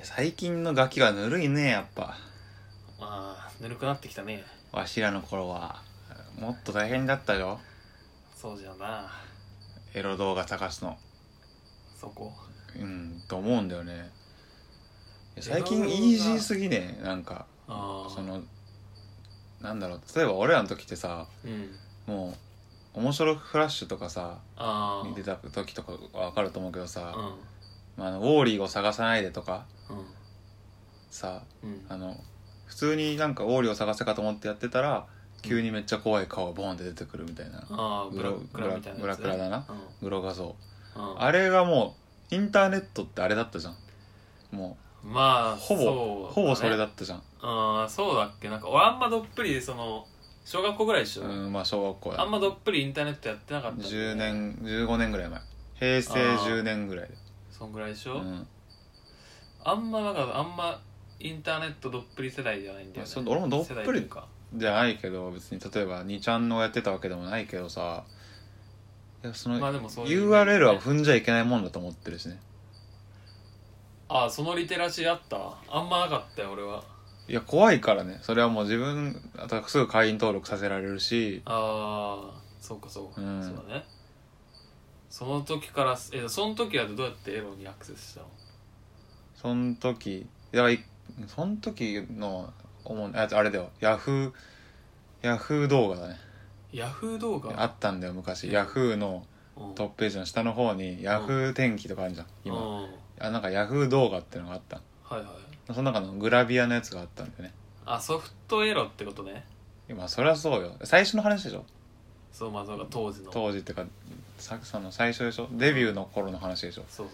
や最近のガキがぬるいねやっぱ。 まあぬるくなってきたね。 わしらの頃はもっと大変だったよ。 そうじゃな。 エロ動画探すの。 そこ。 と思うんだよね。最近イージーすぎね。なんかそのなんだろう、例えば俺らの時ってさ、もう面白フラッシュとかさ見てた時とかわかると思うけどさ、ウォーリーを探さないでとか、さ、普通になんかウォーリーを探せかと思ってやってたら急にめっちゃ怖い顔がボーンって出てくるみたいな、 ブラクラみたいなやつね。 ブラクラだな、グロ画像、あれがもうインターネットってあれだったじゃん。もうまあほぼそれだったじゃん。 そうだっけ。なんか俺あんまどっぷりその小学校ぐらいでしょ。 まあ小学校だ、 あんまどっぷりインターネットやってなかったんで、 10年15年ぐらい前、平成10年ぐらいでそんぐらいでしょ。あんまなんかあんまインターネットどっぷり世代じゃないんだよね。 俺もどっぷりじゃないけど、別に例えば2ちゃんのやってたわけでもないけどさ、いやその、 でもそういう、 URL は踏んじゃいけないもんだと思ってるしね。 そのリテラシーあった？あんまなかったよ俺は。 いや怖いからね、それはもう自分あとすぐ会員登録させられるし。 そうかそうか、そうだね。その時からその時はどうやってエロにアクセスしたの？ その時の主にあれだよ、ヤフー動画だね。 ヤフー動画あったんだよ昔。ヤフーのトップページの下の方にヤフー天気とかあるじゃん今。なんかヤフー動画ってのがあった。その中のグラビアのやつがあったんだよね。 ソフトエロってことね。 今そりゃそうよ、最初の話でしょ。 そう、そうか、当時ってかその最初でしょ、デビューの頃の話でしょ。 そう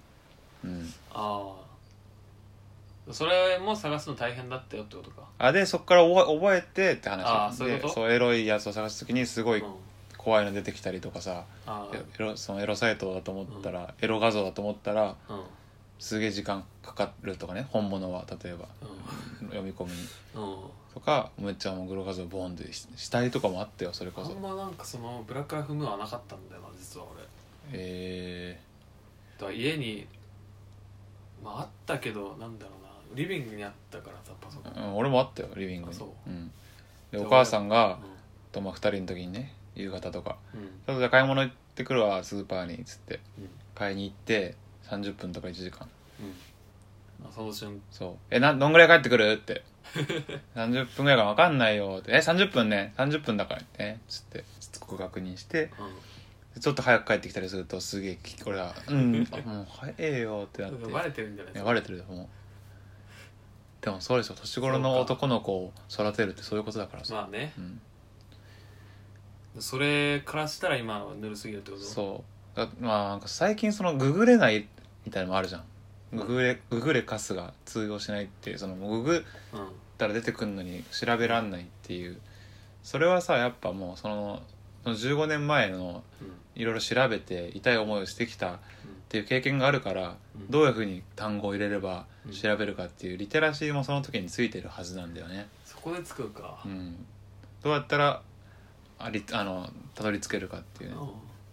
それも探すの大変だったよってことか。 でそっから覚えてって話そういうこと。 そうエロいやつを探すときにすごい怖いの出てきたりとかさ、そのエロサイトだと思ったら、エロ画像だと思ったら、すげえ時間かかるとかね、本物は例えば、読み込みに、とかめっちゃもうグロ画像ボーンでしたりとかもあったよ。それこそあんまなんかそのブラクラ踏むはなかったんだよな実は俺。だから家にあったけど、なんだろうな、リビングにあったからさ、パソコン。 俺もあったよリビングに。でお母さんがと2人の時にね、夕方とか、ちょっとじゃあ買い物行ってくるわスーパーにっつって買いに行って30分とか1時間、 その瞬間そうどんぐらい帰ってくるって30分ぐらいか分かんないよって、30分ね、30分だからねっつってしつこく確認して、ちょっと早く帰ってきたりするとすげえ俺がもう早えよってなって。 バレてるんじゃないですか。 バレてるよもう。でもそうですよ、年頃の男の子を育てるってそういうことだからさ。 まあね、それからしたら今はぬるすぎるってこと。 そうなんか最近そのググれないみたいなのもあるじゃん。ググれカスが通用しないっていう、そのググったら出てくるのに調べらんないっていう、それはさやっぱもうその15年前のいろいろ調べて痛い思いをしてきたっていう経験があるから、どういうふうに単語を入れれば調べるかっていうリテラシーもその時についてるはずなんだよね。 そこでつくか。 どうやったらたどり着けるかっていうね。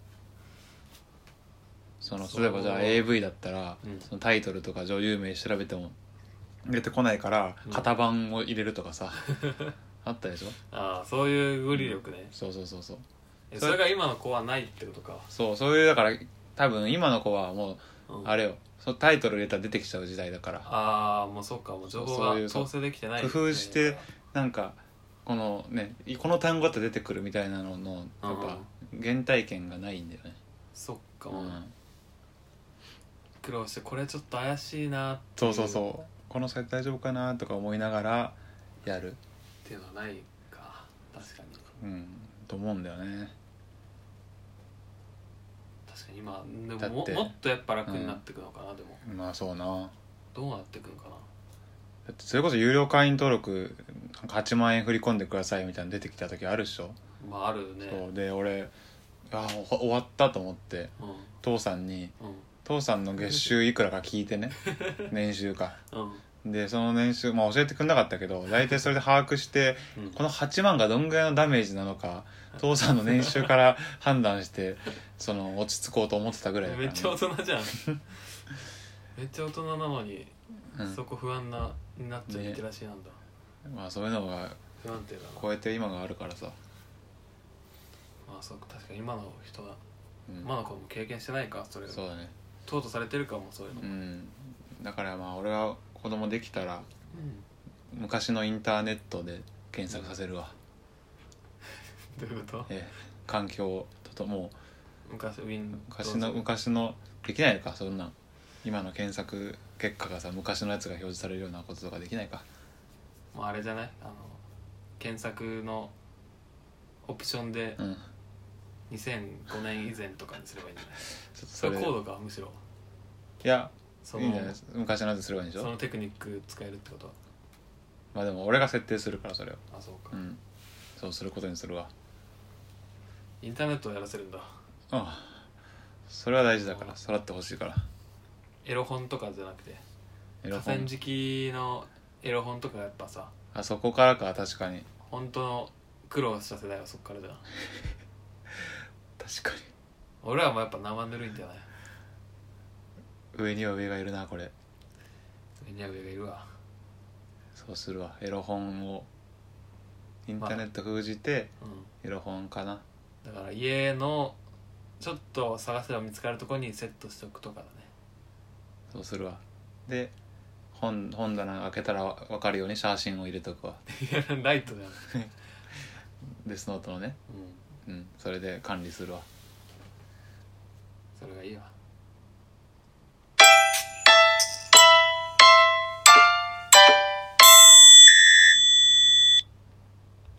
例えばじゃあ AV だったら、そのタイトルとか女優名調べても出てこないから型番を入れるとかさ、あったでしょ。 そういうグリ力ね。 そうそれが今の子はないってことか。 そういうだから多分今の子はもうあれよ、そのタイトル入れたら出てきちゃう時代だから。 もうそうか、もう情報が統制できてない、 工夫してなんかこの単語って出てくるみたいなののやっぱ原体験がないんだよね。 そっか、苦労してこれちょっと怪しいなっていう。 そうこのサイト大丈夫かなとか思いながらやるっていうのはないか。確かにと思うんだよね。 確かに今でももっとやっぱ楽になっていくのかな。でもまあそうな、 どうなっていくのかな。 だってそれこそ有料会員登録なんか8万円振り込んでくださいみたいなの出てきた時あるでしょ。 あるね。 そうで俺終わったと思って、父さんに、父さんの月収いくらか聞いてね年収か、でその年収、教えてくんなかったけど大体それで把握して、この8万がどんぐらいのダメージなのか父さんの年収から判断して落ち着こうと思ってたぐらいだから、ね、 めっちゃ大人じゃんめっちゃ大人なのに、そこ不安になっちゃってらしいなんだ、 まあそういうのが不安定だな。 超えて今があるからさ。 まあそうか、確かに今の人は、今の子も経験してないか、それ。 そうだね。 淘汰されてるかも、そういうの。 だからまあ俺が子供できたら、昔のインターネットで検索させるわ。 どういうこと？ 環境ともう昔のできないのか、そんな今の検索結果がさ昔のやつが表示されるようなこととかできないか。 もうあれじゃない、検索のオプションで、2005年以前とかにすればいいんじゃない？それコードか、むしろ。 いや、いいんじゃないですか。昔のやつすればいいんでしょ。 そのテクニック使えるってことは。 まあでも俺が設定するからそれを。 あ、そうか。 そうすることにするわ。 インターネットをやらせるんだ。 それは大事だから、育ってほしいから。 エロ本とかじゃなくて、河川敷のエロ本とかやっぱさ、 そこからか。確かに本当の苦労した世代はそこからじゃん。 確かに。 俺はもうやっぱ生ぬるいんじゃない？ 上には上がいるな、これ。 上には上がいるわ。 そうするわ。エロ本をインターネット封じて、エロ本かな。 だから家のちょっと探せば見つかるところにセットしておくとかだね。 そうするわ。で本棚開けたら分かるように写真を入れとくわ。 ライトだよね。 デスノートのね。それで管理するわ。 それがいいわ。